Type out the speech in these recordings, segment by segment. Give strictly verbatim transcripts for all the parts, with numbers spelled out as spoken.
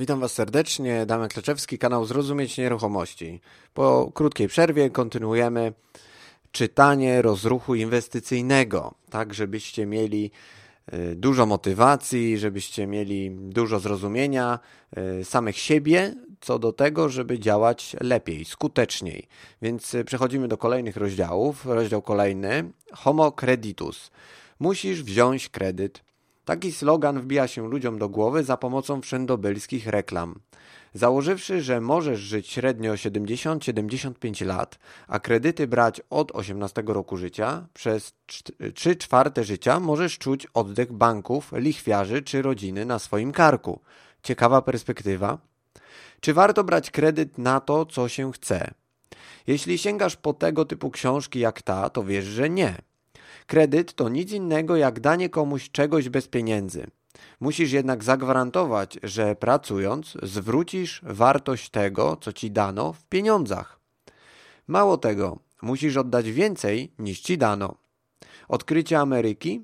Witam Was serdecznie, Damian Kleczewski, kanał Zrozumieć Nieruchomości. Po krótkiej przerwie kontynuujemy czytanie rozruchu inwestycyjnego, tak żebyście mieli dużo motywacji, żebyście mieli dużo zrozumienia samych siebie co do tego, żeby działać lepiej, skuteczniej. Więc przechodzimy do kolejnych rozdziałów. Rozdział kolejny, Homo creditus. Musisz wziąć kredyt. Taki slogan wbija się ludziom do głowy za pomocą wszędobylskich reklam. Założywszy, że możesz żyć średnio siedemdziesiąt do siedemdziesięciu pięciu lat, a kredyty brać od osiemnastego roku życia, przez trzy czwarte życia możesz czuć oddech banków, lichwiarzy czy rodziny na swoim karku. Ciekawa perspektywa. Czy warto brać kredyt na to, co się chce? Jeśli sięgasz po tego typu książki jak ta, to wiesz, że nie. Kredyt to nic innego jak danie komuś czegoś bez pieniędzy. Musisz jednak zagwarantować, że pracując zwrócisz wartość tego, co ci dano w pieniądzach. Mało tego, musisz oddać więcej niż ci dano. Odkrycie Ameryki?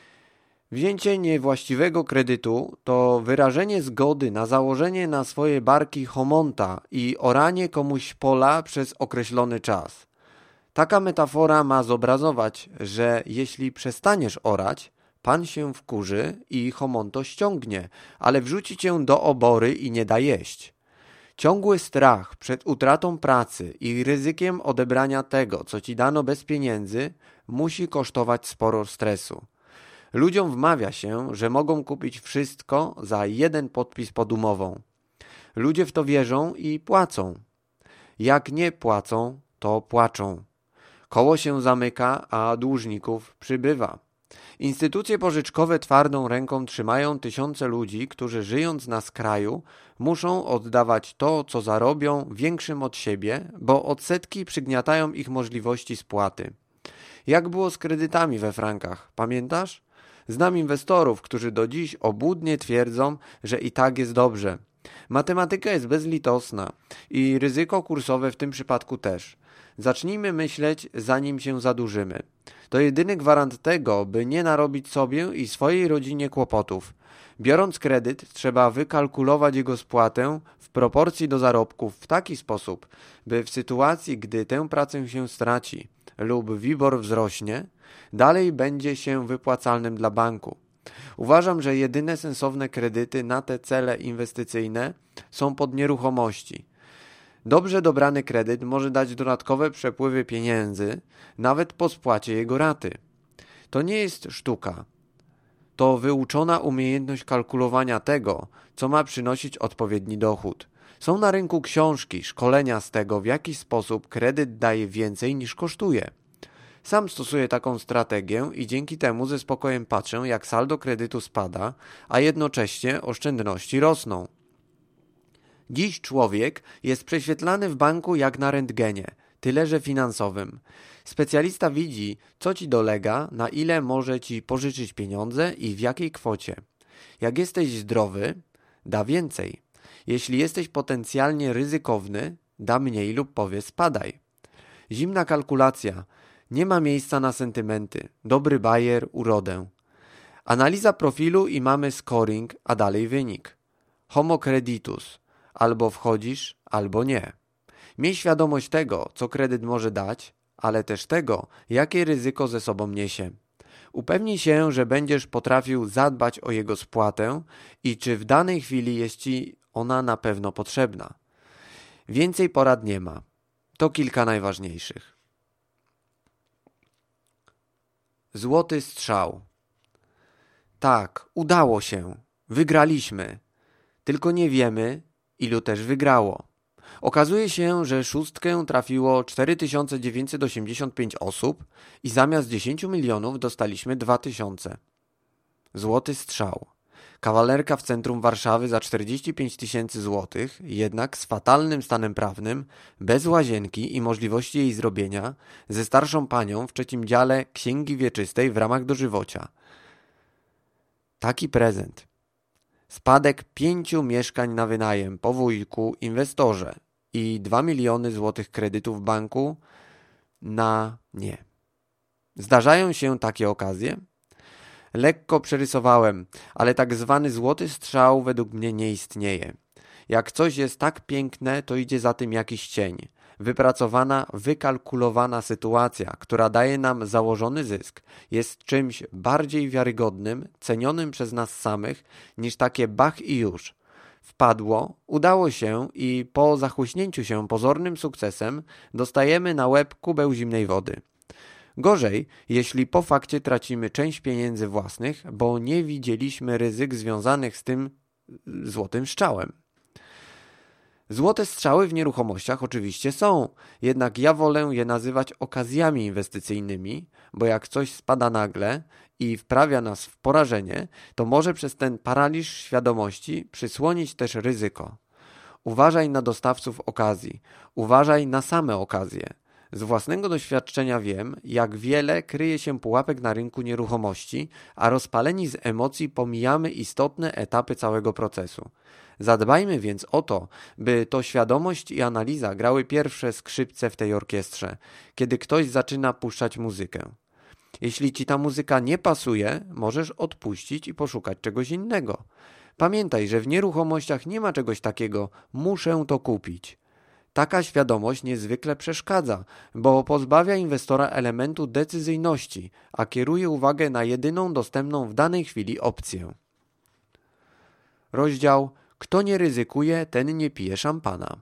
Wzięcie niewłaściwego kredytu to wyrażenie zgody na założenie na swoje barki homonta i oranie komuś pola przez określony czas. Taka metafora ma zobrazować, że jeśli przestaniesz orać, Pan się wkurzy i homonto ściągnie, ale wrzuci cię do obory i nie da jeść. Ciągły strach przed utratą pracy i ryzykiem odebrania tego, co ci dano bez pieniędzy, musi kosztować sporo stresu. Ludziom wmawia się, że mogą kupić wszystko za jeden podpis pod umową. Ludzie w to wierzą i płacą. Jak nie płacą, to płaczą. Koło się zamyka, a dłużników przybywa. Instytucje pożyczkowe twardą ręką trzymają tysiące ludzi, którzy żyjąc na skraju muszą oddawać to, co zarobią, większym od siebie, bo odsetki przygniatają ich możliwości spłaty. Jak było z kredytami we frankach, pamiętasz? Znam inwestorów, którzy do dziś obłudnie twierdzą, że i tak jest dobrze. Matematyka jest bezlitosna i ryzyko kursowe w tym przypadku też. Zacznijmy myśleć, zanim się zadłużymy. To jedyny gwarant tego, by nie narobić sobie i swojej rodzinie kłopotów. Biorąc kredyt, trzeba wykalkulować jego spłatę w proporcji do zarobków w taki sposób, by w sytuacji, gdy tę pracę się straci lub WIBOR wzrośnie, dalej będzie się wypłacalnym dla banku. Uważam, że jedyne sensowne kredyty na te cele inwestycyjne są pod nieruchomości. Dobrze dobrany kredyt może dać dodatkowe przepływy pieniędzy, nawet po spłacie jego raty. To nie jest sztuka. To wyuczona umiejętność kalkulowania tego, co ma przynosić odpowiedni dochód. Są na rynku książki, szkolenia z tego, w jaki sposób kredyt daje więcej niż kosztuje. Sam stosuję taką strategię i dzięki temu ze spokojem patrzę, jak saldo kredytu spada, a jednocześnie oszczędności rosną. Dziś człowiek jest prześwietlany w banku jak na rentgenie, tyle że finansowym. Specjalista widzi, co ci dolega, na ile może ci pożyczyć pieniądze i w jakiej kwocie. Jak jesteś zdrowy, da więcej. Jeśli jesteś potencjalnie ryzykowny, da mniej lub powie spadaj. Zimna kalkulacja. Nie ma miejsca na sentymenty. Dobry bajer, urodę. Analiza profilu i mamy scoring, a dalej wynik. Homo creditus. Albo wchodzisz, albo nie. Miej świadomość tego, co kredyt może dać, ale też tego, jakie ryzyko ze sobą niesie. Upewnij się, że będziesz potrafił zadbać o jego spłatę i czy w danej chwili jest ci ona na pewno potrzebna. Więcej porad nie ma. To kilka najważniejszych. Złoty strzał. Tak, udało się. Wygraliśmy. Tylko nie wiemy, ilu też wygrało. Okazuje się, że szóstkę trafiło cztery tysiące dziewięćset osiemdziesiąt pięć osób i zamiast dziesięciu milionów dostaliśmy dwa tysiące. Złoty strzał. Kawalerka w centrum Warszawy za czterdzieści pięć tysięcy złotych, jednak z fatalnym stanem prawnym, bez łazienki i możliwości jej zrobienia, ze starszą panią w trzecim dziale księgi wieczystej w ramach dożywocia. Taki prezent. Spadek pięciu mieszkań na wynajem po wujku inwestorze i dwa miliony złotych kredytu w banku na nie. Zdarzają się takie okazje? Lekko przerysowałem, ale tak zwany złoty strzał według mnie nie istnieje. Jak coś jest tak piękne, to idzie za tym jakiś cień. Wypracowana, wykalkulowana sytuacja, która daje nam założony zysk, jest czymś bardziej wiarygodnym, cenionym przez nas samych, niż takie bach i już. Wpadło, udało się i po zachłyśnięciu się pozornym sukcesem dostajemy na łeb kubeł zimnej wody. Gorzej, jeśli po fakcie tracimy część pieniędzy własnych, bo nie widzieliśmy ryzyk związanych z tym złotym strzałem. Złote strzały w nieruchomościach oczywiście są, jednak ja wolę je nazywać okazjami inwestycyjnymi, bo jak coś spada nagle i wprawia nas w porażenie, to może przez ten paraliż świadomości przysłonić też ryzyko. Uważaj na dostawców okazji, uważaj na same okazje. Z własnego doświadczenia wiem, jak wiele kryje się pułapek na rynku nieruchomości, a rozpaleni z emocji pomijamy istotne etapy całego procesu. Zadbajmy więc o to, by to świadomość i analiza grały pierwsze skrzypce w tej orkiestrze, kiedy ktoś zaczyna puszczać muzykę. Jeśli ci ta muzyka nie pasuje, możesz odpuścić i poszukać czegoś innego. Pamiętaj, że w nieruchomościach nie ma czegoś takiego, muszę to kupić. Taka świadomość niezwykle przeszkadza, bo pozbawia inwestora elementu decyzyjności, a kieruje uwagę na jedyną dostępną w danej chwili opcję. Rozdział Kto nie ryzykuje, ten nie pije szampana.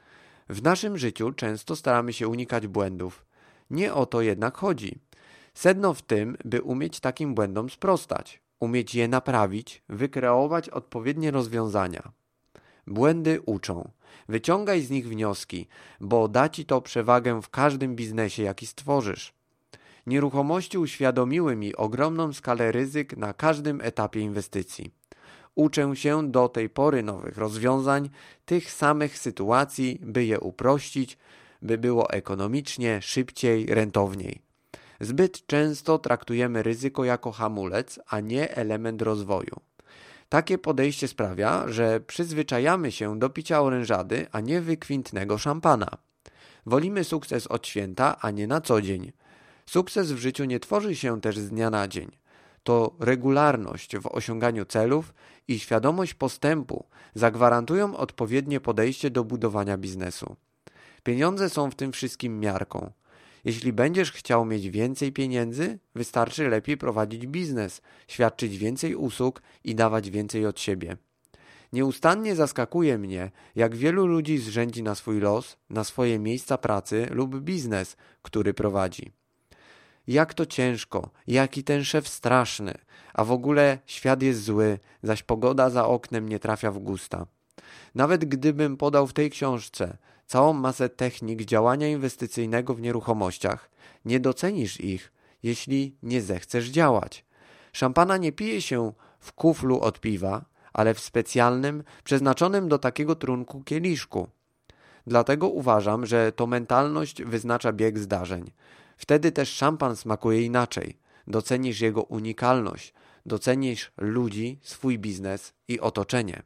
W naszym życiu często staramy się unikać błędów. Nie o to jednak chodzi. Sedno w tym, by umieć takim błędom sprostać, umieć je naprawić, wykreować odpowiednie rozwiązania. Błędy uczą. Wyciągaj z nich wnioski, bo da ci to przewagę w każdym biznesie, jaki stworzysz. Nieruchomości uświadomiły mi ogromną skalę ryzyk na każdym etapie inwestycji. Uczę się do tej pory nowych rozwiązań, tych samych sytuacji, by je uprościć, by było ekonomicznie, szybciej, rentowniej. Zbyt często traktujemy ryzyko jako hamulec, a nie element rozwoju. Takie podejście sprawia, że przyzwyczajamy się do picia orężady, a nie wykwintnego szampana. Wolimy sukces od święta, a nie na co dzień. Sukces w życiu nie tworzy się też z dnia na dzień. To regularność w osiąganiu celów i świadomość postępu zagwarantują odpowiednie podejście do budowania biznesu. Pieniądze są w tym wszystkim miarką. Jeśli będziesz chciał mieć więcej pieniędzy, wystarczy lepiej prowadzić biznes, świadczyć więcej usług i dawać więcej od siebie. Nieustannie zaskakuje mnie, jak wielu ludzi zrzędzi na swój los, na swoje miejsca pracy lub biznes, który prowadzi. Jak to ciężko, jaki ten szef straszny, a w ogóle świat jest zły, zaś pogoda za oknem nie trafia w gusta. Nawet gdybym podał w tej książce całą masę technik działania inwestycyjnego w nieruchomościach, nie docenisz ich, jeśli nie zechcesz działać. Szampana nie pije się w kuflu od piwa, ale w specjalnym, przeznaczonym do takiego trunku kieliszku. Dlatego uważam, że to mentalność wyznacza bieg zdarzeń. Wtedy też szampan smakuje inaczej. Docenisz jego unikalność, docenisz ludzi, swój biznes i otoczenie.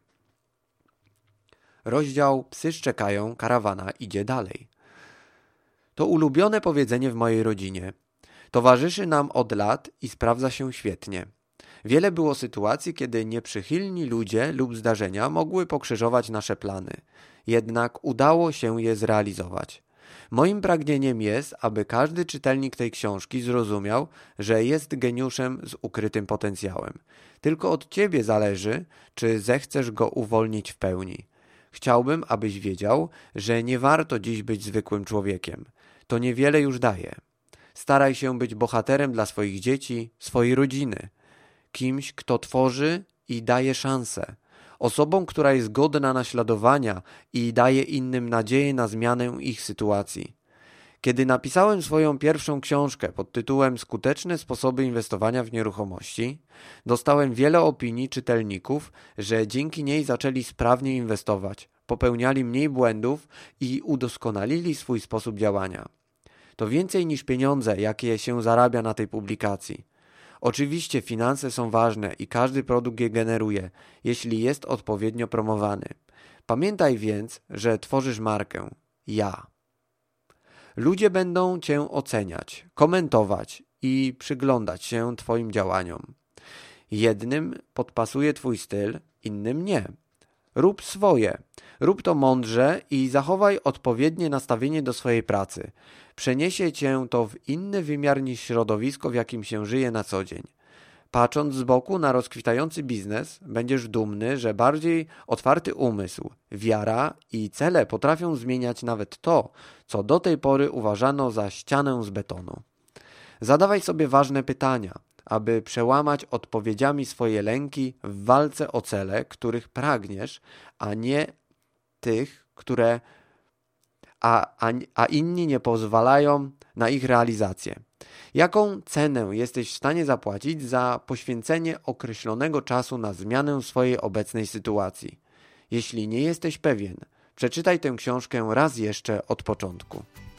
Rozdział Psy szczekają, karawana idzie dalej. To ulubione powiedzenie w mojej rodzinie. Towarzyszy nam od lat i sprawdza się świetnie. Wiele było sytuacji, kiedy nieprzychylni ludzie lub zdarzenia mogły pokrzyżować nasze plany. Jednak udało się je zrealizować. Moim pragnieniem jest, aby każdy czytelnik tej książki zrozumiał, że jest geniuszem z ukrytym potencjałem. Tylko od ciebie zależy, czy zechcesz go uwolnić w pełni. Chciałbym, abyś wiedział, że nie warto dziś być zwykłym człowiekiem. To niewiele już daje. Staraj się być bohaterem dla swoich dzieci, swojej rodziny. Kimś, kto tworzy i daje szansę. Osobą, która jest godna naśladowania i daje innym nadzieję na zmianę ich sytuacji. Kiedy napisałem swoją pierwszą książkę pod tytułem Skuteczne sposoby inwestowania w nieruchomości, dostałem wiele opinii czytelników, że dzięki niej zaczęli sprawniej inwestować, popełniali mniej błędów i udoskonalili swój sposób działania. To więcej niż pieniądze, jakie się zarabia na tej publikacji. Oczywiście finanse są ważne i każdy produkt je generuje, jeśli jest odpowiednio promowany. Pamiętaj więc, że tworzysz markę. Ja. Ludzie będą cię oceniać, komentować i przyglądać się twoim działaniom. Jednym podpasuje twój styl, innym nie. Rób swoje. Rób to mądrze i zachowaj odpowiednie nastawienie do swojej pracy. Przeniesie cię to w inny wymiar niż środowisko, w jakim się żyje na co dzień. Patrząc z boku na rozkwitający biznes, będziesz dumny, że bardziej otwarty umysł, wiara i cele potrafią zmieniać nawet to, co do tej pory uważano za ścianę z betonu. Zadawaj sobie ważne pytania, aby przełamać odpowiedziami swoje lęki w walce o cele, których pragniesz, a nie tych, które a, a, a inni nie pozwalają na ich realizację. Jaką cenę jesteś w stanie zapłacić za poświęcenie określonego czasu na zmianę swojej obecnej sytuacji? Jeśli nie jesteś pewien, przeczytaj tę książkę raz jeszcze od początku.